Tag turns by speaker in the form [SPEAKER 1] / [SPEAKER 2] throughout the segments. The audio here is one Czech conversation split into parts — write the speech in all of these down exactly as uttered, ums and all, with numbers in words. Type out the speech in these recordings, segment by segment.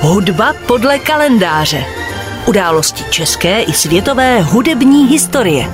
[SPEAKER 1] Hudba podle kalendáře. Události české i světové hudební historie.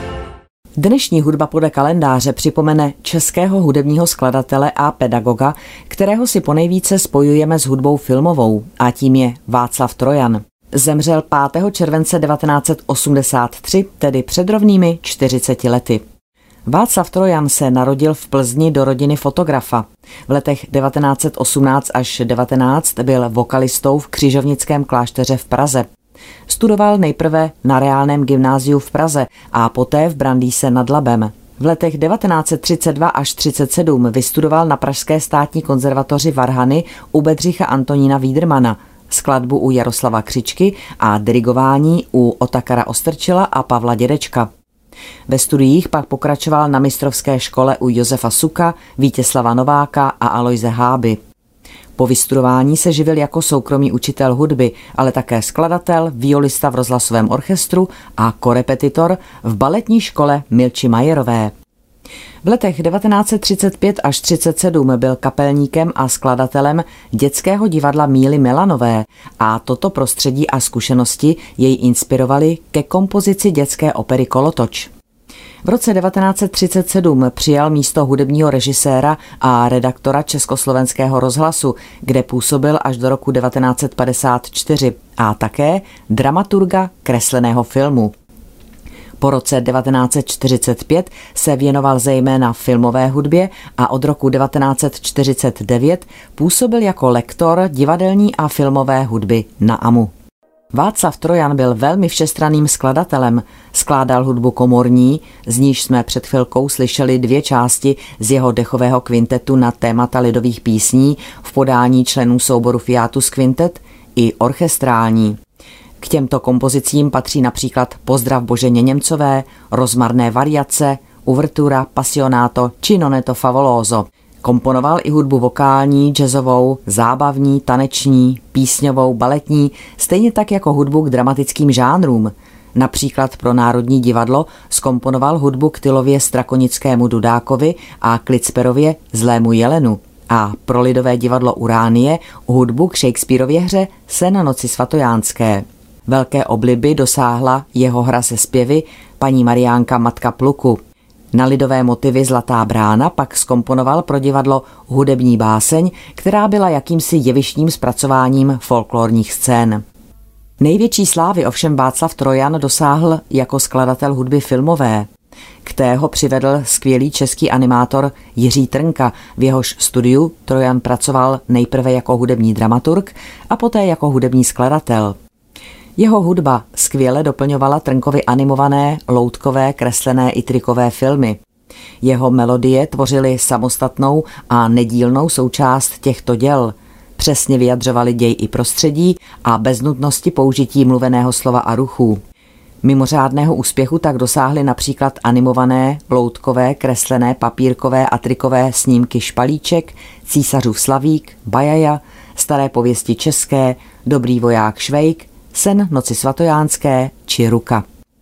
[SPEAKER 2] Dnešní Hudba podle kalendáře připomene českého hudebního skladatele a pedagoga, kterého si ponejvíce spojujeme s hudbou filmovou, a tím je Václav Trojan. Zemřel pátého července devatenáct set osmdesát tři, tedy před rovnými čtyřiceti lety. Václav Trojan se narodil v Plzni do rodiny fotografa. V letech devatenáct set osmnáct až devatenáct byl vokalistou v Křižovnickém klášteře v Praze. Studoval nejprve na reálném gymnáziu v Praze a poté v Brandýse nad Labem. V letech devatenáct set třicet dva až třicet sedm vystudoval na Pražské státní konzervatoři Varhany u Bedřicha Antonína Vídermana, skladbu u Jaroslava Křičky a dirigování u Otakara Ostrčila a Pavla Dědečka. Ve studiích pak pokračoval na mistrovské škole u Josefa Suka, Vítězslava Nováka a Alojze Háby. Po vystudování se živil jako soukromý učitel hudby, ale také skladatel, violista v rozhlasovém orchestru a korepetitor v baletní škole Milči Majerové. V letech devatenáct set třicet pět až třicet sedm byl kapelníkem a skladatelem dětského divadla Míly Melanové a toto prostředí a zkušenosti jej inspirovaly ke kompozici dětské opery Kolotoč. V roce devatenáct set třicet sedm přijal místo hudebního režiséra a redaktora Československého rozhlasu, kde působil až do roku devatenáct set padesát čtyři, a také dramaturga kresleného filmu. Po roce devatenáct set čtyřicet pět se věnoval zejména filmové hudbě a od roku devatenáct set čtyřicet devět působil jako lektor divadelní a filmové hudby na á em u. Václav Trojan byl velmi všestranným skladatelem, skládal hudbu komorní, z níž jsme před chvilkou slyšeli dvě části z jeho dechového kvintetu na témata lidových písní v podání členů souboru Fiatus Quintet, i orchestrální. K těmto kompozicím patří například Pozdrav Boženě Němcové, Rozmarné variace, Uvertura, Passionato či Noneto favoloso. Komponoval i hudbu vokální, jazzovou, zábavní, taneční, písňovou, baletní, stejně tak jako hudbu k dramatickým žánrům. Například pro Národní divadlo zkomponoval hudbu k Tylově Strakonickému Dudákovi a Klicperově Zlému jelenu a pro Lidové divadlo Uránie hudbu k Shakespearově hře Sen na noci svatojánské. Velké obliby dosáhla jeho hra se zpěvy Paní Mariánka Matka pluku. Na lidové motivy Zlatá brána pak zkomponoval pro divadlo hudební báseň, která byla jakýmsi jevištním zpracováním folklorních scén. Největší slávy ovšem Václav Trojan dosáhl jako skladatel hudby filmové. K té ho přivedl skvělý český animátor Jiří Trnka, v jehož studiu Trojan pracoval nejprve jako hudební dramaturg a poté jako hudební skladatel. Jeho hudba skvěle doplňovala Trnkovy animované, loutkové, kreslené i trikové filmy. Jeho melodie tvořily samostatnou a nedílnou součást těchto děl. Přesně vyjadřovaly děj i prostředí a bez nutnosti použití mluveného slova a ruchů. Mimořádného úspěchu tak dosáhly například animované, loutkové, kreslené, papírkové a trikové snímky Špalíček, Císařův slavík, Bajaja, Staré pověsti české, Dobrý voják Švejk, Sen noci svatojánské či Ruka.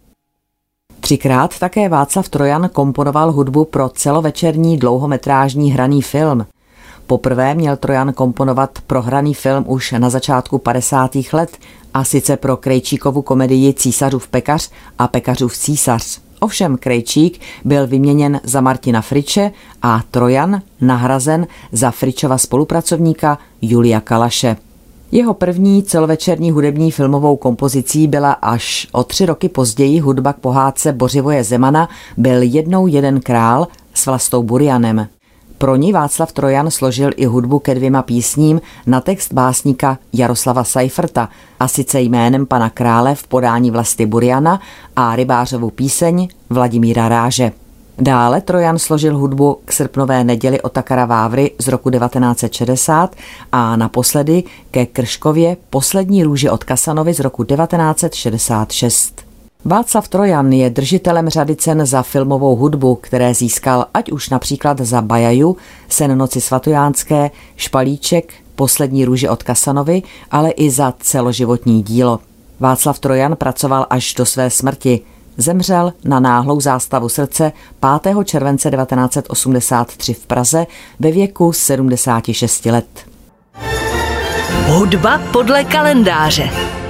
[SPEAKER 2] Třikrát také Václav Trojan komponoval hudbu pro celovečerní dlouhometrážní hraný film. Poprvé měl Trojan komponovat pro hraný film už na začátku padesátých let, a sice pro Krejčíkovu komedii Císařův pekař a Pekařův císař. Ovšem Krejčík byl vyměněn za Martina Friče a Trojan nahrazen za Fričova spolupracovníka Julia Kalaše. Jeho první celovečerní hudební filmovou kompozicí byla až o tři roky později hudba k pohádce Bořivoje Zemana Byl jednou jeden král s Vlastou Burianem. Pro ní Václav Trojan složil i hudbu ke dvěma písním na text básníka Jaroslava Seiferta, a sice Jménem pana krále v podání Vlasty Buriana a rybářovu píseň Vladimíra Ráže. Dále Trojan složil hudbu k Srpnové neděli Otakara Vávry z roku devatenáct set šedesát a naposledy ke Krškově Poslední růži od Kasanovy z roku devatenáct set šedesát šest. Václav Trojan je držitelem řady cen za filmovou hudbu, které získal ať už například za Bajaju, Sen noci svatojánské, Špalíček, Poslední růži od Kasanovy, ale i za celoživotní dílo. Václav Trojan pracoval až do své smrti. Zemřel na náhlou zástavu srdce pátého července devatenáct set osmdesát tři v Praze ve věku sedmdesáti šesti let.
[SPEAKER 1] Hudba podle kalendáře.